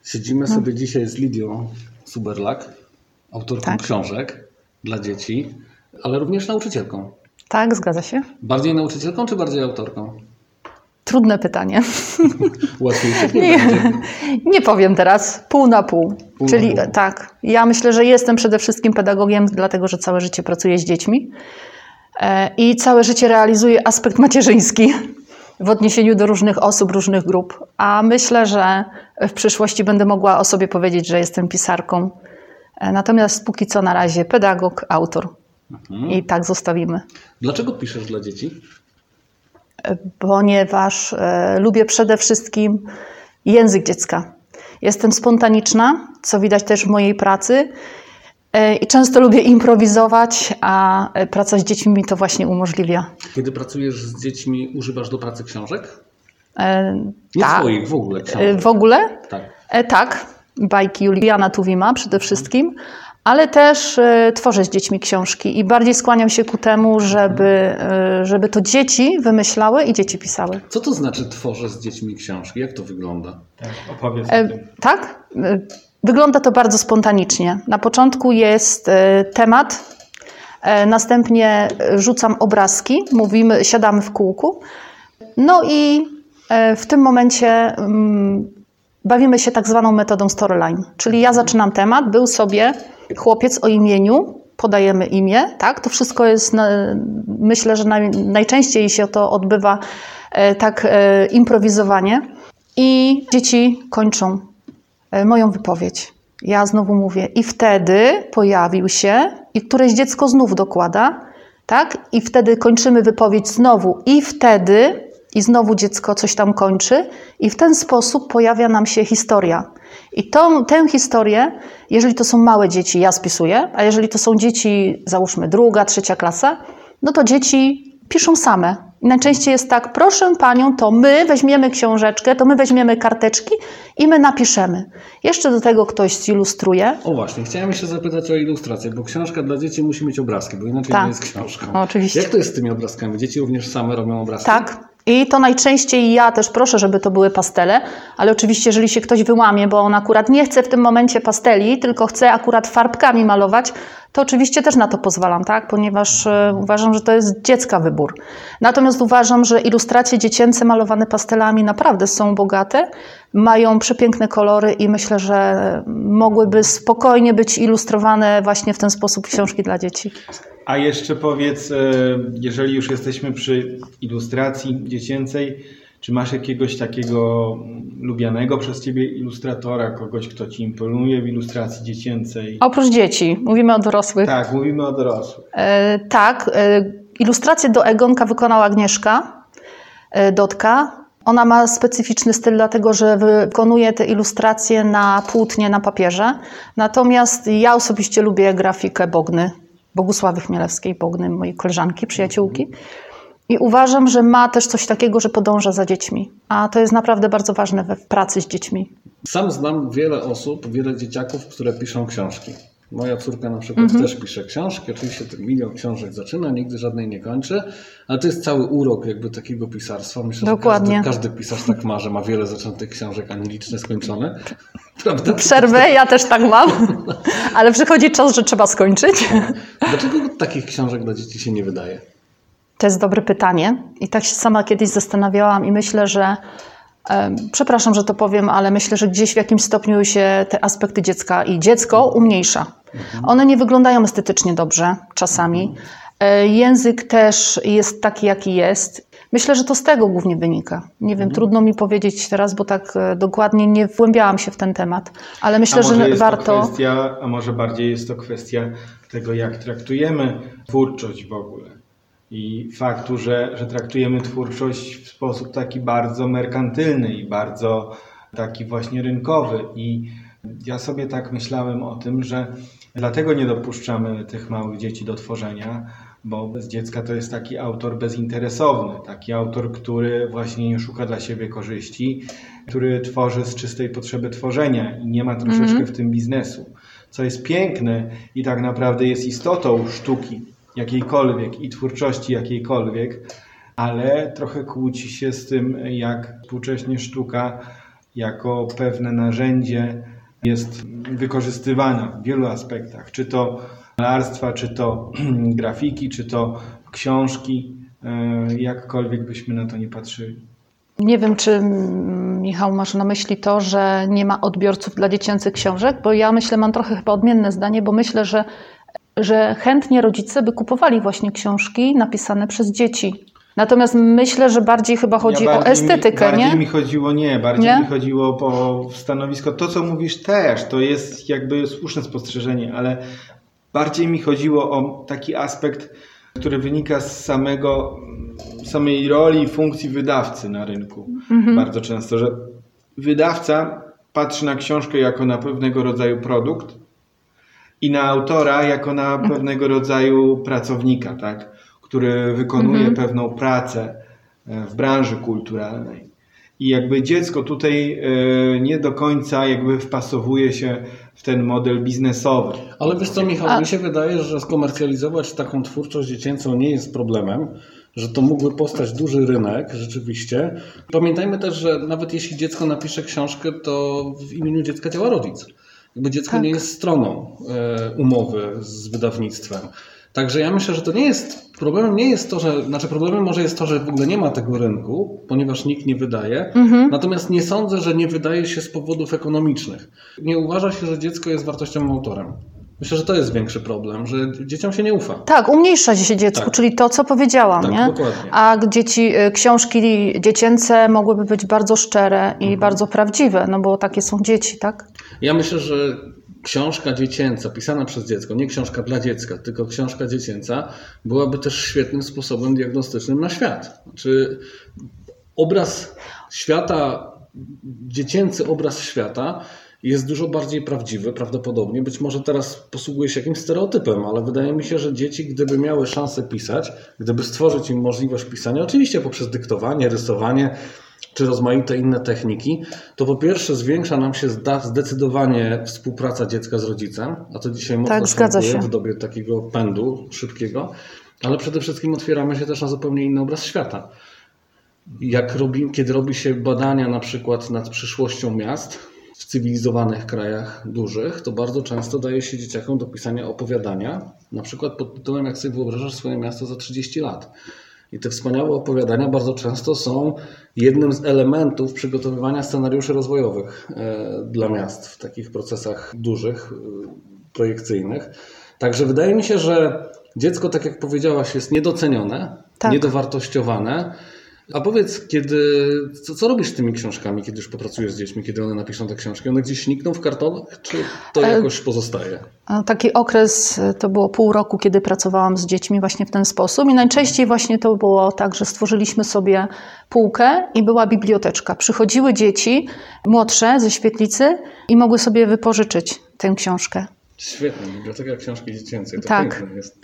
Siedzimy sobie dzisiaj z Lidią Suberlak, autorką książek dla dzieci, ale również nauczycielką. Tak, zgadza się. Bardziej nauczycielką czy bardziej autorką? Trudne pytanie. Łatwiejsze nie będzie. Nie powiem teraz. Pół na pół. Czyli tak, ja myślę, że jestem przede wszystkim pedagogiem, dlatego że całe życie pracuję z dziećmi i całe życie realizuję aspekt macierzyński w odniesieniu do różnych osób, różnych grup. A myślę, że w przyszłości będę mogła o sobie powiedzieć, że jestem pisarką. Natomiast póki co na razie pedagog, autor. I tak zostawimy. Dlaczego piszesz dla dzieci? Ponieważ lubię przede wszystkim język dziecka. Jestem spontaniczna, co widać też w mojej pracy i często lubię improwizować, a praca z dziećmi mi to właśnie umożliwia. Kiedy pracujesz z dziećmi, używasz do pracy książek? Nie tak. swoich, w ogóle książek. W ogóle? Tak. Tak. Bajki Juliana Tuwima przede wszystkim. Ale też tworzę z dziećmi książki i bardziej skłaniam się ku temu, żeby to dzieci wymyślały i dzieci pisały. Co to znaczy tworzę z dziećmi książki? Jak to wygląda? Tak, opowiedz o tym. Tak? Wygląda to bardzo spontanicznie. Na początku jest temat, następnie rzucam obrazki, siadamy w kółku. No i w tym momencie bawimy się tak zwaną metodą storyline. Czyli ja zaczynam temat, był sobie chłopiec o imieniu, podajemy imię, tak? To wszystko jest, myślę, że najczęściej się to odbywa tak improwizowanie i dzieci kończą moją wypowiedź. Ja znowu mówię i wtedy pojawił się i któreś dziecko znów dokłada, tak? I wtedy kończymy wypowiedź znowu i wtedy i znowu dziecko coś tam kończy i w ten sposób pojawia nam się historia. I tę historię, jeżeli to są małe dzieci, ja spisuję, a jeżeli to są dzieci, załóżmy 2., 3. klasa, no to dzieci piszą same. I najczęściej jest tak, proszę panią, to my weźmiemy książeczkę, to my weźmiemy karteczki i my napiszemy. Jeszcze do tego ktoś zilustruje. O właśnie, chciałem się zapytać o ilustrację, bo książka dla dzieci musi mieć obrazki, bo inaczej nie jest książką. Oczywiście. Jak to jest z tymi obrazkami? Dzieci również same robią obrazki? Tak. I to najczęściej ja też proszę, żeby to były pastele, ale oczywiście jeżeli się ktoś wyłamie, bo on akurat nie chce w tym momencie pasteli, tylko chce akurat farbkami malować, to oczywiście też na to pozwalam, tak? Ponieważ uważam, że to jest dziecka wybór. Natomiast uważam, że ilustracje dziecięce malowane pastelami naprawdę są bogate, mają przepiękne kolory i myślę, że mogłyby spokojnie być ilustrowane właśnie w ten sposób książki dla dzieci. A jeszcze powiedz, jeżeli już jesteśmy przy ilustracji dziecięcej, czy masz jakiegoś takiego lubianego przez Ciebie ilustratora, kogoś, kto Ci imponuje w ilustracji dziecięcej? Oprócz dzieci, mówimy o dorosłych. Tak, mówimy o dorosłych. Tak, ilustrację do Egonka wykonała Agnieszka Dodka. Ona ma specyficzny styl, dlatego że wykonuje te ilustracje na płótnie, na papierze. Natomiast ja osobiście lubię grafikę Bogny, Bogusławy Chmielewskiej, Bogny, mojej koleżanki, przyjaciółki. I uważam, że ma też coś takiego, że podąża za dziećmi. A to jest naprawdę bardzo ważne w pracy z dziećmi. Sam znam wiele osób, wiele dzieciaków, które piszą książki. Moja córka na przykład też pisze książki. Oczywiście ten 1 milion książek zaczyna, nigdy żadnej nie kończy. Ale to jest cały urok jakby takiego pisarstwa. Myślę, Dokładnie. że każdy pisarz tak ma, że ma wiele zaczętych książek, a nie liczne skończone. Prawda? Przerwę, ja też tak mam. Ale przychodzi czas, że trzeba skończyć. Dlaczego takich książek dla dzieci się nie wydaje? To jest dobre pytanie i tak się sama kiedyś zastanawiałam i myślę, że, przepraszam, że to powiem, ale myślę, że gdzieś w jakimś stopniu się te aspekty dziecka i dziecko umniejsza. One nie wyglądają estetycznie dobrze czasami. Język też jest taki, jaki jest. Myślę, że to z tego głównie wynika. Nie wiem, trudno mi powiedzieć teraz, bo tak dokładnie nie wgłębiałam się w ten temat, ale myślę, że warto... A może bardziej jest to kwestia tego, jak traktujemy twórczość w ogóle. I faktu, że traktujemy twórczość w sposób taki bardzo merkantylny i bardzo taki właśnie rynkowy. I ja sobie tak myślałem o tym, że dlatego nie dopuszczamy tych małych dzieci do tworzenia, bo z dziecka to jest taki autor bezinteresowny, taki autor, który właśnie nie szuka dla siebie korzyści, który tworzy z czystej potrzeby tworzenia i nie ma troszeczkę w tym biznesu. Co jest piękne i tak naprawdę jest istotą sztuki jakiejkolwiek i twórczości jakiejkolwiek, ale trochę kłóci się z tym, jak współcześnie sztuka jako pewne narzędzie jest wykorzystywana w wielu aspektach, czy to malarstwa, czy to grafiki, czy to książki, jakkolwiek byśmy na to nie patrzyli. Nie wiem, czy Michał masz na myśli to, że nie ma odbiorców dla dziecięcych książek, bo ja myślę, mam trochę chyba odmienne zdanie, bo myślę, że chętnie rodzice by kupowali właśnie książki napisane przez dzieci. Natomiast myślę, że bardziej chyba chodzi o estetykę, nie? Bardziej mi chodziło o stanowisko. To, co mówisz też, to jest jakby słuszne spostrzeżenie, ale bardziej mi chodziło o taki aspekt, który wynika z samej roli i funkcji wydawcy na rynku. Bardzo często, że wydawca patrzy na książkę jako na pewnego rodzaju produkt i na autora jako na pewnego rodzaju pracownika, tak? Który wykonuje pewną pracę w branży kulturalnej. I jakby dziecko tutaj nie do końca jakby wpasowuje się w ten model biznesowy. Ale wiesz co, Michał, mi się wydaje, że skomercjalizować taką twórczość dziecięcą nie jest problemem, że to mógłby powstać duży rynek rzeczywiście. Pamiętajmy też, że nawet jeśli dziecko napisze książkę, to w imieniu dziecka działa rodzic. Jakby dziecko nie jest stroną umowy z wydawnictwem. Także ja myślę, że to nie jest, problemem może jest to, że w ogóle nie ma tego rynku, ponieważ nikt nie wydaje, natomiast nie sądzę, że nie wydaje się z powodów ekonomicznych. Nie uważa się, że dziecko jest wartościowym autorem. Myślę, że to jest większy problem, że dzieciom się nie ufa. Tak, umniejsza się dziecku, czyli to, co powiedziałam, tak, nie? Dokładnie. A książki dziecięce mogłyby być bardzo szczere i bardzo prawdziwe, no bo takie są dzieci, tak? Ja myślę, że książka dziecięca, pisana przez dziecko, nie książka dla dziecka, tylko książka dziecięca, byłaby też świetnym sposobem diagnostycznym na świat. Znaczy, obraz świata, dziecięcy obraz świata jest dużo bardziej prawdziwy, prawdopodobnie. Być może teraz posługuje się jakimś stereotypem, ale wydaje mi się, że dzieci, gdyby miały szansę pisać, gdyby stworzyć im możliwość pisania, oczywiście poprzez dyktowanie, rysowanie, czy rozmaite inne techniki, to po pierwsze zwiększa nam się zdecydowanie współpraca dziecka z rodzicem, a to dzisiaj mocno szwankuje w dobie takiego pędu szybkiego, ale przede wszystkim otwieramy się też na zupełnie inny obraz świata. Kiedy robi się badania na przykład nad przyszłością miast w cywilizowanych krajach dużych, to bardzo często daje się dzieciakom do pisania opowiadania, na przykład pod tytułem "Jak sobie wyobrażasz swoje miasto za 30 lat". I te wspaniałe opowiadania bardzo często są jednym z elementów przygotowywania scenariuszy rozwojowych dla miast w takich procesach dużych, projekcyjnych. Także wydaje mi się, że dziecko, tak jak powiedziałaś, jest niedocenione, niedowartościowane. A powiedz, co robisz z tymi książkami, kiedy już popracujesz z dziećmi, kiedy one napiszą te książki? One gdzieś nikną w kartonach, czy to jakoś pozostaje? Taki okres to było pół roku, kiedy pracowałam z dziećmi właśnie w ten sposób i najczęściej właśnie to było tak, że stworzyliśmy sobie półkę i była biblioteczka. Przychodziły dzieci młodsze ze świetlicy i mogły sobie wypożyczyć tę książkę. Świetnie, biblioteka książki dziecięcej, to piękne jest.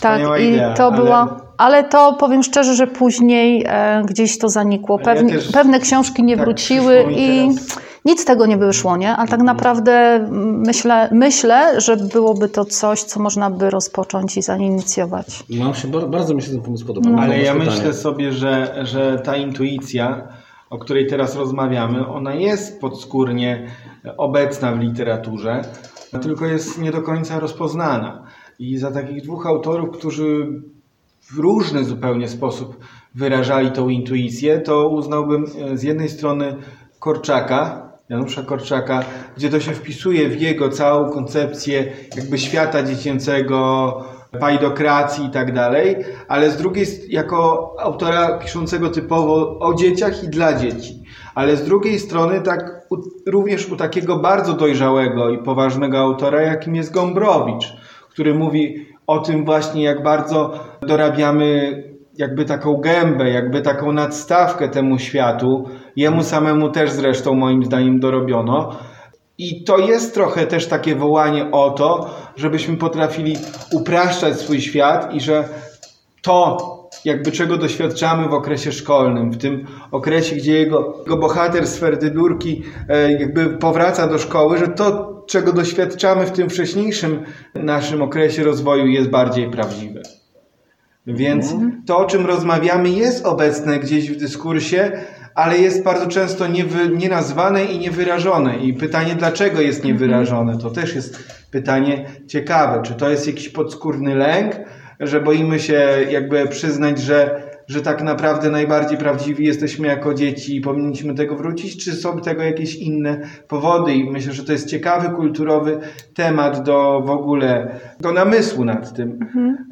Ale to powiem szczerze, że później gdzieś to zanikło. Pewne książki nie wróciły i nic z tego nie wyszło, nie? Ale tak naprawdę myślę, że byłoby to coś, co można by rozpocząć i zainicjować. Bardzo mi się ten pomysł podobał. Ale ja myślę sobie, że ta intuicja, o której teraz rozmawiamy, ona jest podskórnie obecna w literaturze, tylko jest nie do końca rozpoznana. I za takich dwóch autorów, którzy w różny zupełnie sposób wyrażali tą intuicję, to uznałbym z jednej strony Janusza Korczaka, gdzie to się wpisuje w jego całą koncepcję jakby świata dziecięcego, pajdokracji i tak dalej, ale z drugiej jako autora piszącego typowo o dzieciach i dla dzieci. Ale z drugiej strony również u takiego bardzo dojrzałego i poważnego autora, jakim jest Gombrowicz, który mówi o tym właśnie, jak bardzo dorabiamy jakby taką gębę, jakby taką nadstawkę temu światu. Jemu samemu też zresztą moim zdaniem dorobiono. I to jest trochę też takie wołanie o to, żebyśmy potrafili upraszczać swój świat i że to, jakby czego doświadczamy w okresie szkolnym, w tym okresie, gdzie jego bohater z Ferdydurki jakby powraca do szkoły, że to, czego doświadczamy w tym wcześniejszym naszym okresie rozwoju, jest bardziej prawdziwe. Więc to, o czym rozmawiamy, jest obecne gdzieś w dyskursie, ale jest bardzo często nienazwane i niewyrażone. I pytanie, dlaczego jest niewyrażone, to też jest pytanie ciekawe. Czy to jest jakiś podskórny lęk, że boimy się jakby przyznać, że tak naprawdę najbardziej prawdziwi jesteśmy jako dzieci i powinniśmy tego wrócić, czy są tego jakieś inne powody? I myślę, że to jest ciekawy, kulturowy temat do w ogóle, do namysłu nad tym.